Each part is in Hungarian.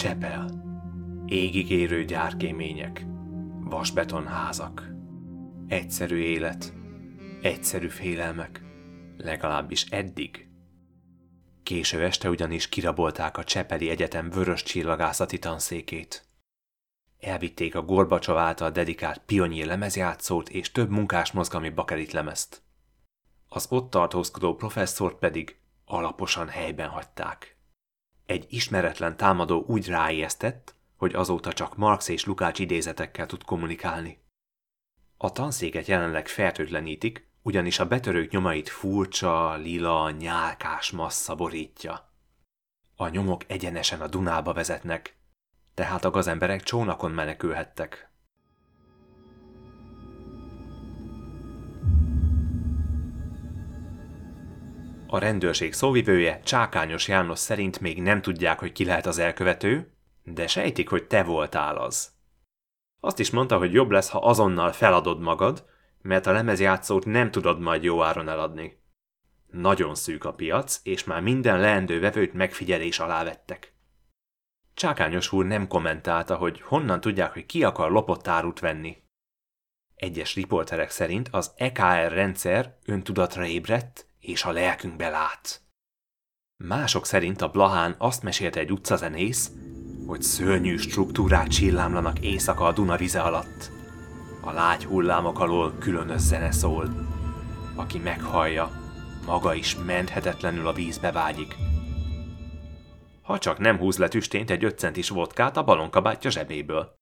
Csepel. Égig érő gyárkémények. Vasbetonházak. Egyszerű élet. Egyszerű félelmek. Legalábbis eddig. Késő este ugyanis kirabolták a Csepeli Egyetem vörös csillagászati tanszékét. Elvitték a Gorbacsov által dedikált Pionnír lemezjátszót és több munkásmozgalmi bakelitlemezt. Az ott tartózkodó professzort pedig alaposan helyben hagyták. Egy ismeretlen támadó úgy ráijesztett, hogy azóta csak Marx és Lukács idézetekkel tud kommunikálni. A tanszéket jelenleg fertőtlenítik, ugyanis a betörők nyomait furcsa, lila, nyálkás massza borítja. A nyomok egyenesen a Dunába vezetnek, tehát a gazemberek csónakon menekülhettek. A rendőrség szóvivője, Csákányos János szerint még nem tudják, hogy ki lehet az elkövető, de sejtik, hogy te voltál az. Azt is mondta, hogy jobb lesz, ha azonnal feladod magad, mert a lemezjátszót nem tudod majd jó áron eladni. Nagyon szűk a piac, és már minden leendő vevőt megfigyelés alá vettek. Csákányos úr nem kommentálta, hogy honnan tudják, hogy ki akar lopott árut venni. Egyes riporterek szerint az EKR rendszer öntudatra ébredt, és a lelkünkbe lát. Mások szerint a Blahán azt mesélte egy utcazenész, hogy szörnyű struktúrák csillámlanak éjszaka a Duna vize alatt. A lágy hullámok alól különös zene szól. Aki meghallja, maga is menthetetlenül a vízbe vágyik. Ha csak nem húz le tüstént egy 5 centis vodkát a balonkabátja zsebéből.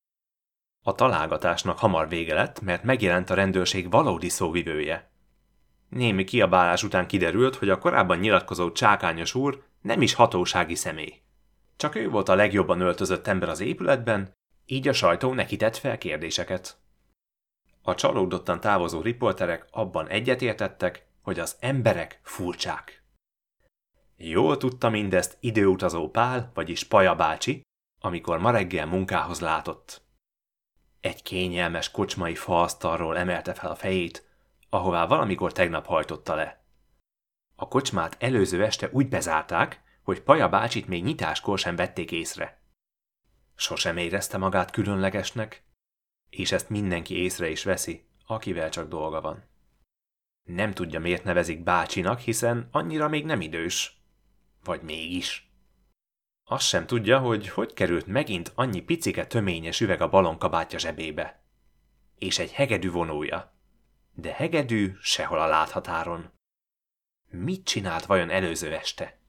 A találgatásnak hamar vége lett, mert megjelent a rendőrség valódi szóvivője. Némi kiabálás után kiderült, hogy a korábban nyilatkozó Csákányos úr nem is hatósági személy. Csak ő volt a legjobban öltözött ember az épületben, így a sajtó neki tett fel kérdéseket. A csalódottan távozó riporterek abban egyetértettek, hogy az emberek furcsák. Jól tudta mindezt időutazó Pál, vagyis Paja bácsi, amikor ma reggel munkához látott. Egy kényelmes kocsmai faasztalról emelte fel a fejét, ahová valamikor tegnap hajtotta le. A kocsmát előző este úgy bezárták, hogy Paja bácsit még nyitáskor sem vették észre. Sosem érezte magát különlegesnek, és ezt mindenki észre is veszi, akivel csak dolga van. Nem tudja, miért nevezik bácsinak, hiszen annyira még nem idős. Vagy mégis. Azt sem tudja, hogy került megint annyi picike töményes üveg a balonkabátja zsebébe. És egy hegedű vonója. De hegedű sehol a láthatáron. Mit csinált vajon előző este?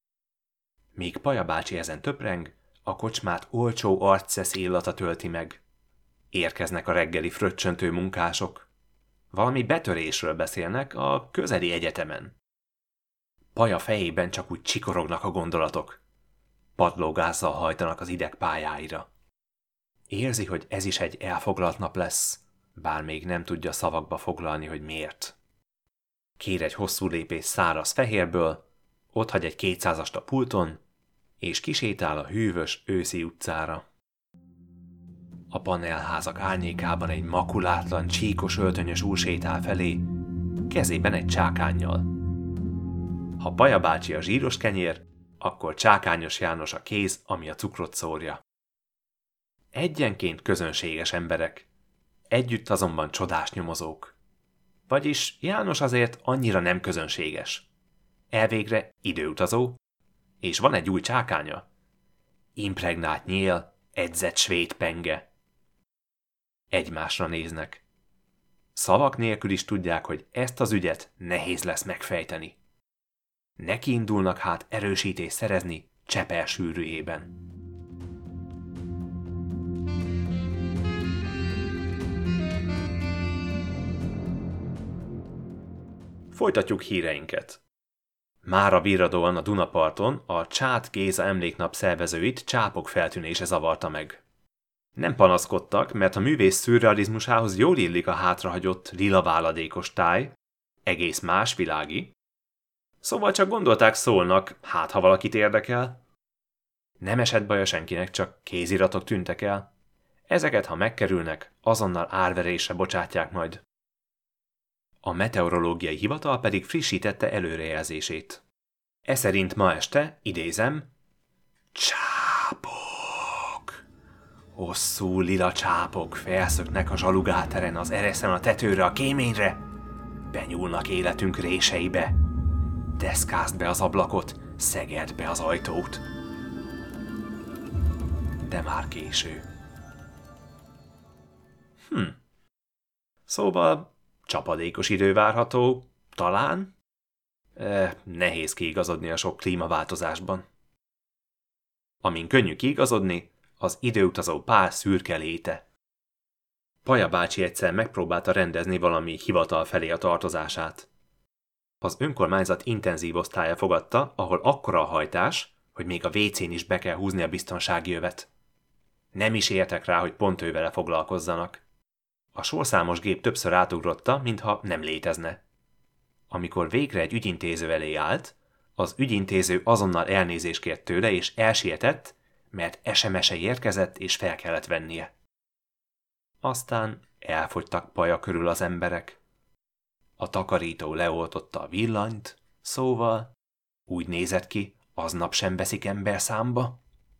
Míg Paja bácsi ezen töpreng, a kocsmát olcsó arcszesz illata tölti meg. Érkeznek a reggeli fröccsöntő munkások. Valami betörésről beszélnek a közeli egyetemen. Paja fejében csak úgy csikorognak a gondolatok. Padlógázzal hajtanak az idegpályáira. Érzi, hogy ez is egy elfoglalt nap lesz, bár még nem tudja szavakba foglalni, hogy miért. Kér egy hosszú lépés száraz fehérből, otthagy egy 200-ast a pulton, és kisétál a hűvös őszi utcára. A panelházak árnyékában egy makulátlan, csíkos öltönyös úr sétál felé, kezében egy csákánnyal. Ha Paja bácsi a zsíros kenyér, akkor Csákányos János a kéz, ami a cukrot szórja. Egyenként közönséges emberek, együtt azonban csodás nyomozók. Vagyis János azért annyira nem közönséges. Elvégre időutazó, és van egy új csákánya. Impregnált nyél, edzett svéd penge. Egymásra néznek. Szavak nélkül is tudják, hogy ezt az ügyet nehéz lesz megfejteni. Neki indulnak hát erősítést szerezni Csepel sűrűjében. Folytatjuk híreinket. Mára virradóan a Dunaparton a Csát Géza emléknap szervezőit csápok feltűnése zavarta meg. Nem panaszkodtak, mert a művész szürrealizmusához jól illik a hátrahagyott lila váladékos táj, egész más világi. Szóval csak gondolták, szólnak, hát ha valakit érdekel. Nem esett baja senkinek, csak kéziratok tűntek el. Ezeket, ha megkerülnek, azonnal árverésre bocsátják majd. A meteorológiai hivatal pedig frissítette előrejelzését. Eszerint ma este, idézem, Csáv! Csápok! Hosszú lila csápok felszöknek a zsalugáteren, az ereszen a tetőre, a kéményre. Benyúlnak életünk réseibe. Deszkázd be az ablakot, szegedd be az ajtót. De már késő. Szóval csapadékos idő várható, talán? Nehéz kiigazodni a sok klímaváltozásban. Amin könnyű kiigazodni, az időutazó pár szürke léte. Paja bácsi egyszer megpróbálta rendezni valami hivatal felé a tartozását. Az önkormányzat intenzív osztálya fogadta, ahol akkora a hajtás, hogy még a WC-n is be kell húzni a biztonsági övet. Nem is értek rá, hogy pont ő vele foglalkozzanak. A sorszámos gép többször átugrotta, mintha nem létezne. Amikor végre egy ügyintéző elé állt, az ügyintéző azonnal elnézést kért tőle, és elsietett, mert SMS-e érkezett, és fel kellett vennie. Aztán elfogytak Paja körül az emberek. A takarító leoltotta a villanyt, szóval úgy nézett ki, aznap sem veszik ember számba.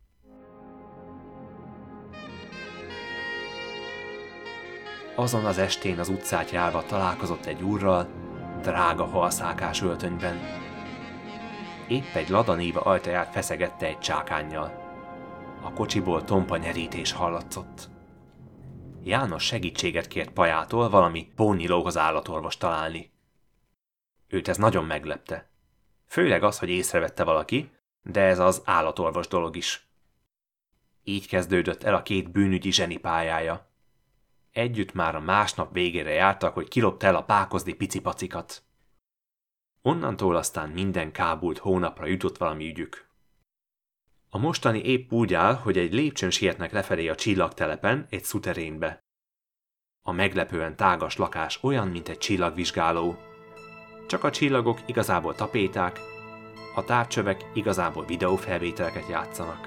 Azon az estén az utcát járva találkozott egy úrral, drága halszákás öltönyben. Épp egy ladaníva ajtaját feszegette egy csákánnyal. A kocsiból tompa nyerítés hallatszott. János segítséget kért Pajától valami pónilóhoz állatorvos találni. Őt ez nagyon meglepte. Főleg az, hogy észrevette valaki, de ez az állatorvos dolog is. Így kezdődött el a két bűnügyi zseni pályája. Együtt már a másnap végére jártak, hogy kilopta el a pákozdi picipacikat. Onnantól aztán minden kábult hónapra jutott valami ügyük. A mostani épp úgy áll, hogy egy lépcsőn sietnek lefelé a csillagtelepen, egy szuterénbe. A meglepően tágas lakás olyan, mint egy csillagvizsgáló. Csak a csillagok igazából tapéták, a távcsövek igazából videófelvételeket játszanak.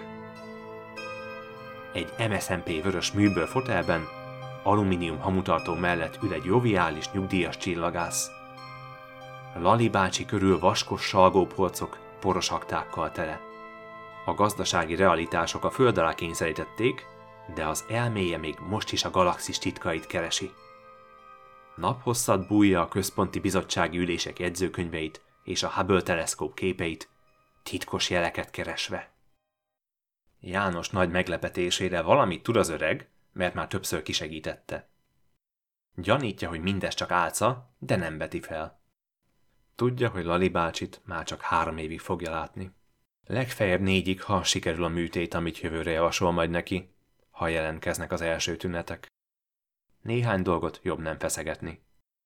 Egy MSZMP vörös műből fotelben, alumínium hamutartó mellett ül egy joviális nyugdíjas csillagász. Lali bácsi körül vaskos salgópolcok, poros aktákkal tele. A gazdasági realitások a föld alá kényszerítették, de az elméje még most is a galaxis titkait keresi. Naphosszat bújja a központi bizottsági ülések jegyzőkönyveit és a Hubble teleszkóp képeit, titkos jeleket keresve. János nagy meglepetésére valamit tud az öreg, mert már többször kisegítette. Gyanítja, hogy mindez csak álca, de nem veti fel. Tudja, hogy Lali bácsit már csak 3 évig fogja látni. Legfeljebb 4-ig, ha sikerül a műtét, amit jövőre javasol majd neki, ha jelentkeznek az első tünetek. Néhány dolgot jobb nem feszegetni.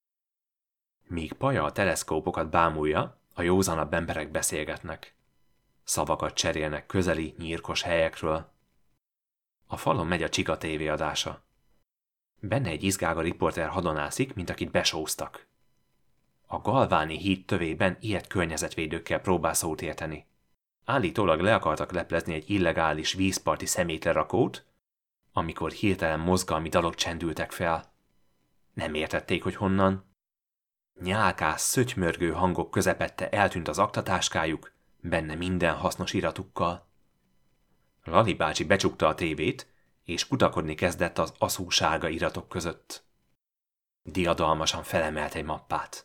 Míg Paja a teleszkópokat bámulja, a józanabb emberek beszélgetnek. Szavakat cserélnek közeli, nyírkos helyekről. A falon megy a Csika TV adása. Benne egy izgága riporter hadonászik, mint akit besóztak. A Galváni híd tövében ilyet környezetvédőkkel próbál szót érteni. Állítólag le akartak leplezni egy illegális vízparti szemétlerakót, amikor hirtelen mozgalmi dalok csendültek fel. Nem értették, hogy honnan. Nyálkás, szötymörgő hangok közepette eltűnt az aktatáskájuk, benne minden hasznos iratukkal. Lali bácsi becsukta a tévét, és kutakodni kezdett az aszúsárga iratok között. Diadalmasan felemelt egy mappát.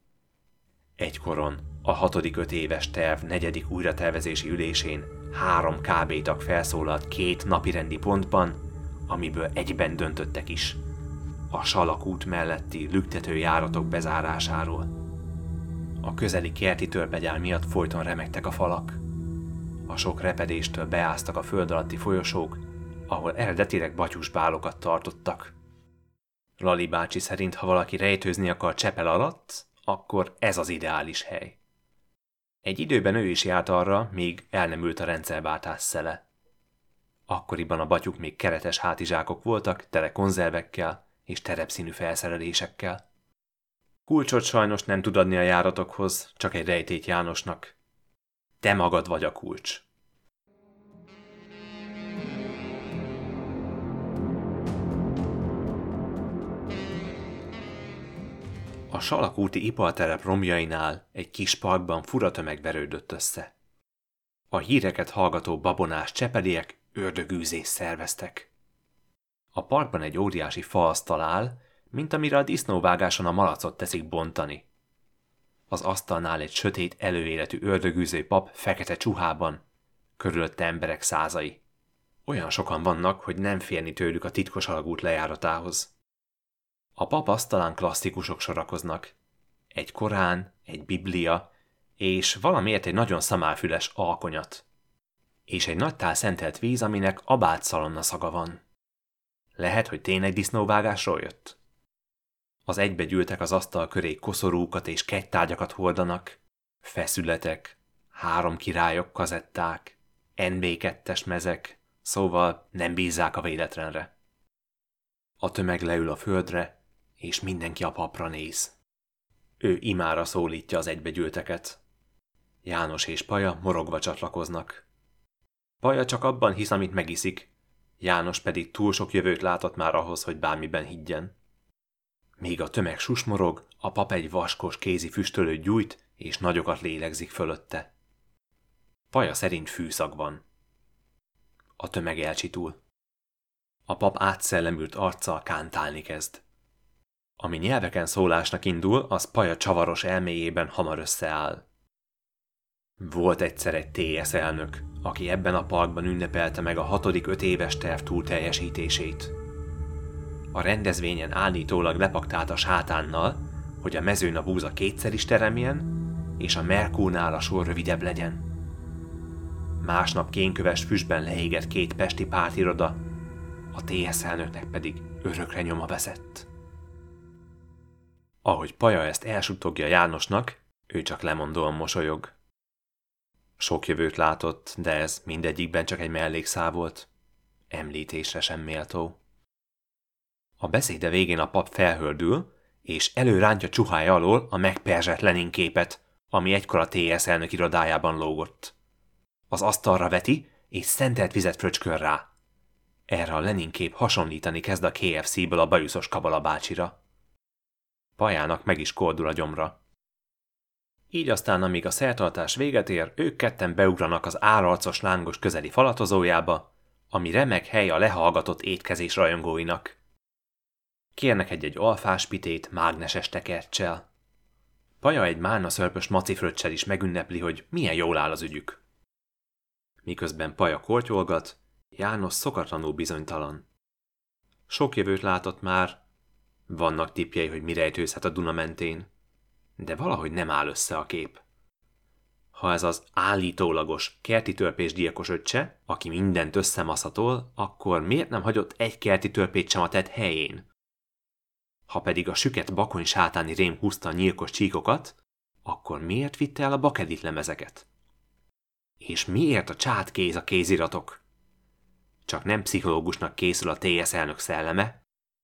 Egykoron a 6. 5 éves terv 4. újratervezési ülésén 3 KB tag felszólalt 2 napirendi pontban, amiből egyben döntöttek is. A Salak út melletti lüktető járatok bezárásáról. A közeli kerti törpegyár miatt folyton remegtek a falak. A sok repedéstől beáztak a föld alatti folyosók, ahol eredetileg batyusbálokat tartottak. Lali bácsi szerint, ha valaki rejtőzni akar Csepel alatt, akkor ez az ideális hely. Egy időben ő is járt arra, míg el nem ült a rendszerváltás szele. Akkoriban a batyuk még keretes hátizsákok voltak, tele konzervekkel és terepszínű felszerelésekkel. Kulcsot sajnos nem tud adni a járatokhoz, csak egy rejtét Jánosnak. Te magad vagy a kulcs. A Salakúti iparterep romjainál egy kis parkban fura tömeg verődött össze. A híreket hallgató babonás csepeliek ördögűzést szerveztek. A parkban egy óriási faasztal áll, mint amire a disznóvágáson a malacot teszik bontani. Az asztalnál egy sötét előéletű ördögűző pap fekete csuhában, körülötte emberek százai. Olyan sokan vannak, hogy nem férni tőlük a titkos alagút lejáratához. A pap asztalán klasszikusok sorakoznak. Egy Korán, egy Biblia, és valamiért egy nagyon szamálfüles alkonyat. És egy nagy tál szentelt víz, aminek abátszalonna szaga van. Lehet, hogy tényleg disznóvágásról jött? Az egybegyűltek az asztal köré koszorúkat és kegytárgyakat hordanak, feszületek, 3 királyok kazetták, NB2-es mezek, szóval nem bízzák a véletlenre. A tömeg leül a földre, és mindenki a papra néz. Ő imára szólítja az egybegyűlteket. János és Paja morogva csatlakoznak. Paja csak abban hisz, amit megiszik, János pedig túl sok jövőt látott már ahhoz, hogy bármiben higgyen. Míg a tömeg susmorog, a pap egy vaskos kézi füstölőt gyújt, és nagyokat lélegzik fölötte. Paja szerint fűszag van. A tömeg elcsitul. A pap átszellemült arccal kántálni kezd. Ami nyelveken szólásnak indul, az Paja csavaros elméjében hamar összeáll. Volt egyszer egy TS elnök, aki ebben a parkban ünnepelte meg a 6. 5 éves terv túlteljesítését. A rendezvényen állítólag lepaktált a sátánnal, hogy a mezőn a búza 2-szer is teremjen, és a Merkúrnál a sor rövidebb legyen. Másnap kénköves füstben leégett 2 pesti pártiroda, a TS elnöknek pedig örökre nyoma veszett. Ahogy Paja ezt elsuttogja Jánosnak, ő csak lemondóan mosolyog. Sok jövőt látott, de ez mindegyikben csak egy mellékszál volt. Említésre sem méltó. A beszéde végén a pap felhördül, és előrántja csuhája alól a megperzselt Lenin képet, ami egykor a TS elnök irodájában lógott. Az asztalra veti, és szentelt vizet fröcsköl rá. Erre a Lenin kép hasonlítani kezd a KFC-ből a bajuszos Kabala bácsira. Pajának meg is kordul a gyomra. Így aztán, amíg a szertartás véget ér, ők ketten beugranak az árarcos lángos közeli falatozójába, ami remek hely a lehallgatott étkezés rajongóinak. Kérnek egy alfás pitét mágneses tekerccsel. Paja egy málnaszörpös macifröccsel is megünnepli, hogy milyen jól áll az ügyük. Miközben Paja kortyolgat, János szokatlanul bizonytalan. Sok jövőt látott már, vannak tippjei, hogy mi rejtőzhet a Duna mentén, de valahogy nem áll össze a kép. Ha ez az állítólagos kerti törpés gyilkos öccse, aki mindent összemaszatol, akkor miért nem hagyott egy kerti törpét sem a tett helyén? Ha pedig a süket bakony sátáni rém húzta a nyilkos csíkokat, akkor miért vitte el a bakelit lemezeket? És miért a csátkéz a kéziratok? Csak nem pszichológusnak készül a TS elnök szelleme?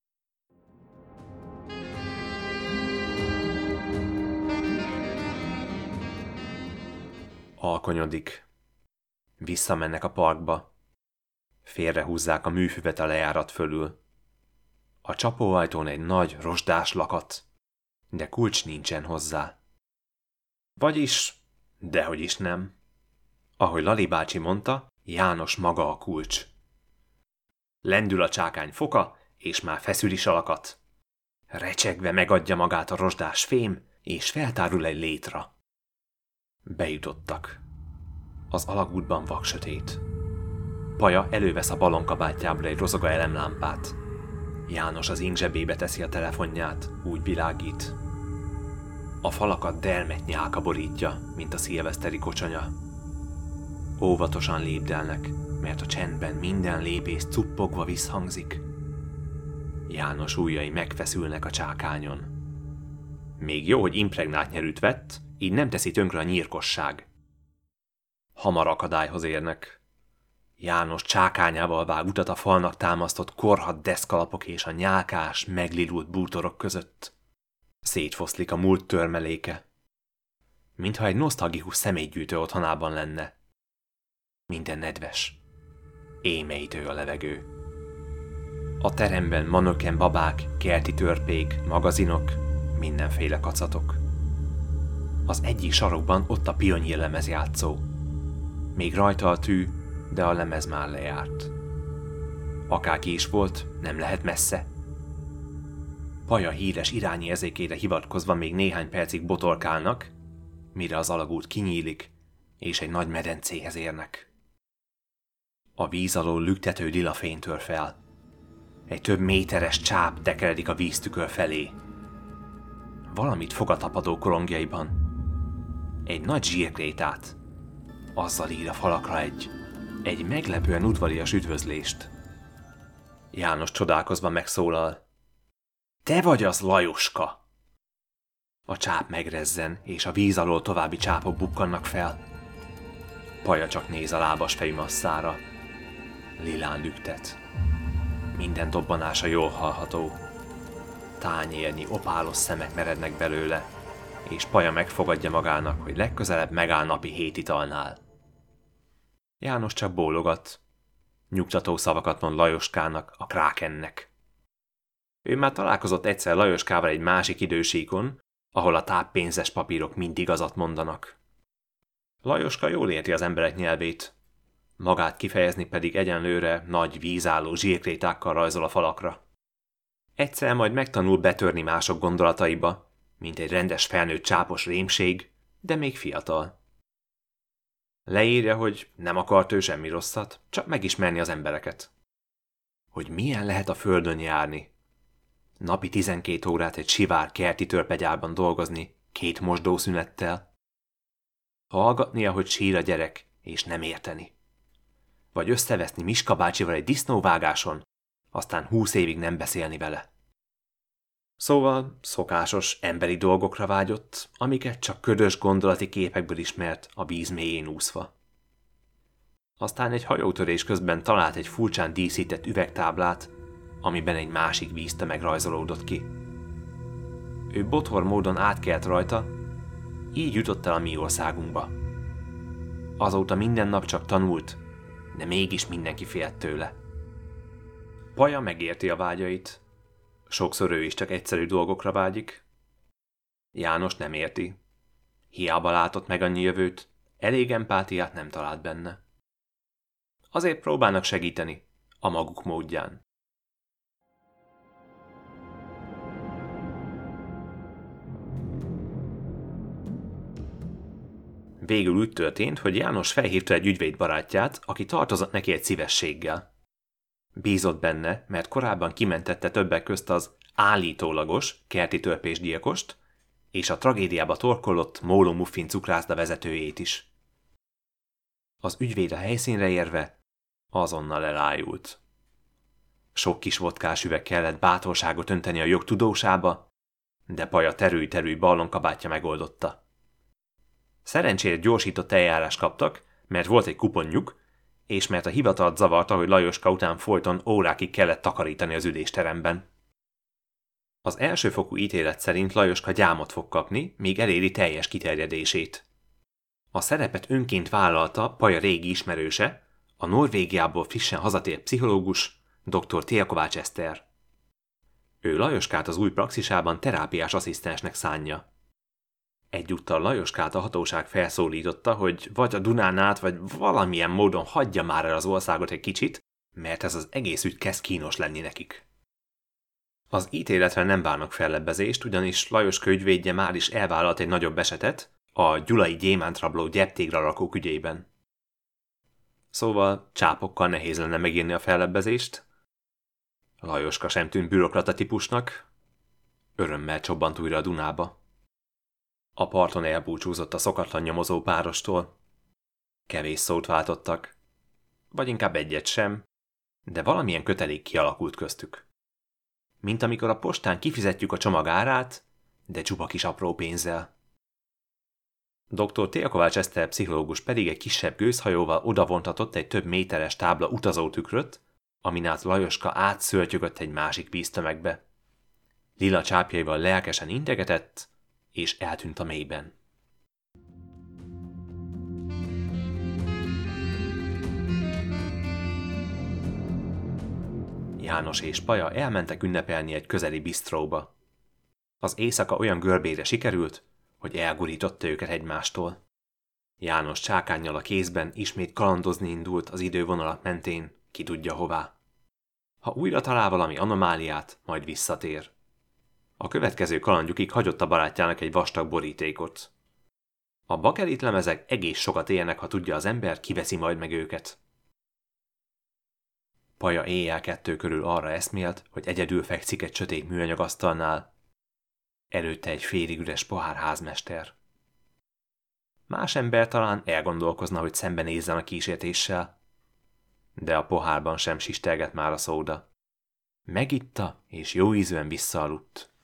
Alkonyodik. Visszamennek a parkba. Félrehúzzák a műfüvet a lejárat fölül. A csapóajtón egy nagy, rozsdás lakat, de kulcs nincsen hozzá. Vagyis, dehogy is nem. Ahogy Lali bácsi mondta, János maga a kulcs. Lendül a csákány foka, és már feszül is a lakat. Recsegve megadja magát a rozsdás fém, és feltárul egy létra. Bejutottak. Az alagútban vaksötét. Paja elővesz a balonkabátjából egy rozoga elemlámpát. János az ing zsebébe teszi a telefonját, úgy világít. A falakat dermedt nyálka borítja, mint a szilveszteri kocsonya. Óvatosan lépdelnek, mert a csendben minden lépés cuppogva visszhangzik. János ujjai megfeszülnek a csákányon. Még jó, hogy impregnált nyerűt vett, így nem teszi tönkre a nyírkosság. Hamar akadályhoz érnek. János csákányával vág utat a falnak támasztott korhadt deszkalapok és a nyálkás, meglilult bútorok között. Szétfoszlik a múlt törmeléke. Mintha egy nosztalgikus személygyűjtő otthonában lenne. Minden nedves. Émeítő a levegő. A teremben manöken babák, kerti törpék, magazinok, mindenféle kacatok. Az egyik sarokban ott a pionírlemezjátszó. Még rajta a tű, de a lemez már lejárt. Akárki is volt, nem lehet messze. Paja híres irányérzékére hivatkozva még néhány percig botorkálnak, mire az alagút kinyílik, és egy nagy medencéhez érnek. A víz alól lüktető lila fény tör fel. Egy több méteres csáp tekeredik a víztükör felé. Valamit fog a tapadó korongjaiban. Egy nagy zsírkrétát. Azzal ír a falakra egy meglepően udvarias üdvözlést. János csodálkozva megszólal. Te vagy az Lajoska! A csáp megrezzen, és a víz alól további csápok bukkannak fel. Paja csak néz a lábas fejű masszára. Lilán lüktet. Minden dobbanása jól hallható. Tányérnyi, opálos szemek merednek belőle, és Paja megfogadja magának, hogy legközelebb megáll napi 7 italnál. János csak bólogat. Nyugtató szavakat mond Lajoskának, a krákennek. Ő már találkozott egyszer Lajoskával egy másik idősíkon, ahol a táppénzes papírok mind igazat mondanak. Lajoska jól érti az emberek nyelvét, magát kifejezni pedig egyenlőre nagy vízálló zsírkrétákkal rajzol a falakra. Egyszer majd megtanul betörni mások gondolataiba, mint egy rendes felnőtt csápos rémség, de még fiatal. Leírja, hogy nem akart ő semmi rosszat, csak megismerni az embereket. Hogy milyen lehet a földön járni. Napi 12 órát egy sivár kerti törpegyárban dolgozni, 2 mosdószünettel. Hallgatnia, hogy sír a gyerek, és nem érteni. Vagy összeveszni Miska bácsival egy disznóvágáson, aztán 20 évig nem beszélni vele. Szóval szokásos emberi dolgokra vágyott, amiket csak ködös gondolati képekből ismert a víz mélyén úszva. Aztán egy hajótörés közben talált egy furcsán díszített üvegtáblát, amiben egy másik víztömeg rajzolódott ki. Ő bothor módon átkelt rajta, így jutott el a mi országunkba. Azóta minden nap csak tanult, de mégis mindenki félt tőle. Paja megérti a vágyait. Sokszor ő is csak egyszerű dolgokra vágyik. János nem érti. Hiába látott meg annyi jövőt, elég empátiát nem talált benne. Azért próbálnak segíteni, a maguk módján. Végül úgy történt, hogy János felhívta egy ügyvédbarátját, aki tartozott neki egy szívességgel. Bízott benne, mert korábban kimentette többek közt az állítólagos kerti törpésgyilkost és a tragédiába torkollott Móló Muffin cukrászda vezetőjét is. Az ügyvéd a helyszínre érve azonnal elájult. Sok kis vodkás üveg kellett bátorságot önteni a jog tudósába, de Paja terülj ballonkabátja megoldotta. Szerencsére gyorsított eljárást kaptak, mert volt egy kuponjuk, és mert a hivatalt zavarta, hogy Lajoska után folyton órákig kellett takarítani az ülésteremben. Az elsőfokú ítélet szerint Lajoska gyámot fog kapni, míg eléri teljes kiterjedését. A szerepet önként vállalta Paja régi ismerőse, a Norvégiából frissen hazatért pszichológus, dr. Thea Kovács Eszter. Ő Lajoskát az új praxisában terápiás asszisztensnek szánja. Egyúttal Lajoskát a hatóság felszólította, hogy vagy a Dunán át, vagy valamilyen módon hagyja már el az országot egy kicsit, mert ez az egész ügy kezd kínos lenni nekik. Az ítéletre nem várnak fellebbezést, ugyanis Lajoska ügyvédje már is elvállalt egy nagyobb esetet, a gyulai gyémántrabló gyeptégra rakók ügyében. Szóval csápokkal nehéz lenne megírni a fellebbezést. Lajoska sem tűnt bürokrata típusnak. Örömmel csobbant újra a Dunába. A parton elbúcsúzott a szokatlan nyomozó párostól. Kevés szót váltottak, vagy inkább egyet sem, de valamilyen kötelék kialakult köztük. Mint amikor a postán kifizetjük a csomag árát, de csupa kis apró pénzzel. Dr. Thea Kovács Eszter pszichológus pedig egy kisebb gőzhajóval odavontatott egy több méteres tábla utazótükröt, amin át Lajoska átszöltyögött egy másik víztömegbe. Lila csápjaival lelkesen integetett, és eltűnt a mélyben. János és Paja elmentek ünnepelni egy közeli bistróba. Az éjszaka olyan görbére sikerült, hogy elgurította őket egymástól. János csákánnyal a kézben ismét kalandozni indult az idővonalak mentén, ki tudja hová. Ha újra talál valami anomáliát, majd visszatér. A következő kalandjukig hagyott a barátjának egy vastag borítékot. A bakelitlemezek egész sokat élnek, ha tudja az ember, kiveszi majd meg őket. Paja éjjel 2 körül arra eszmélt, hogy egyedül fekszik egy sötét műanyag asztalnál. Előtte egy félig üres pohár házmester. Más ember talán elgondolkozna, hogy szembenézzen a kísértéssel. De a pohárban sem sistelgett már a szóda. Megitta, és jó ízűen visszaaludt.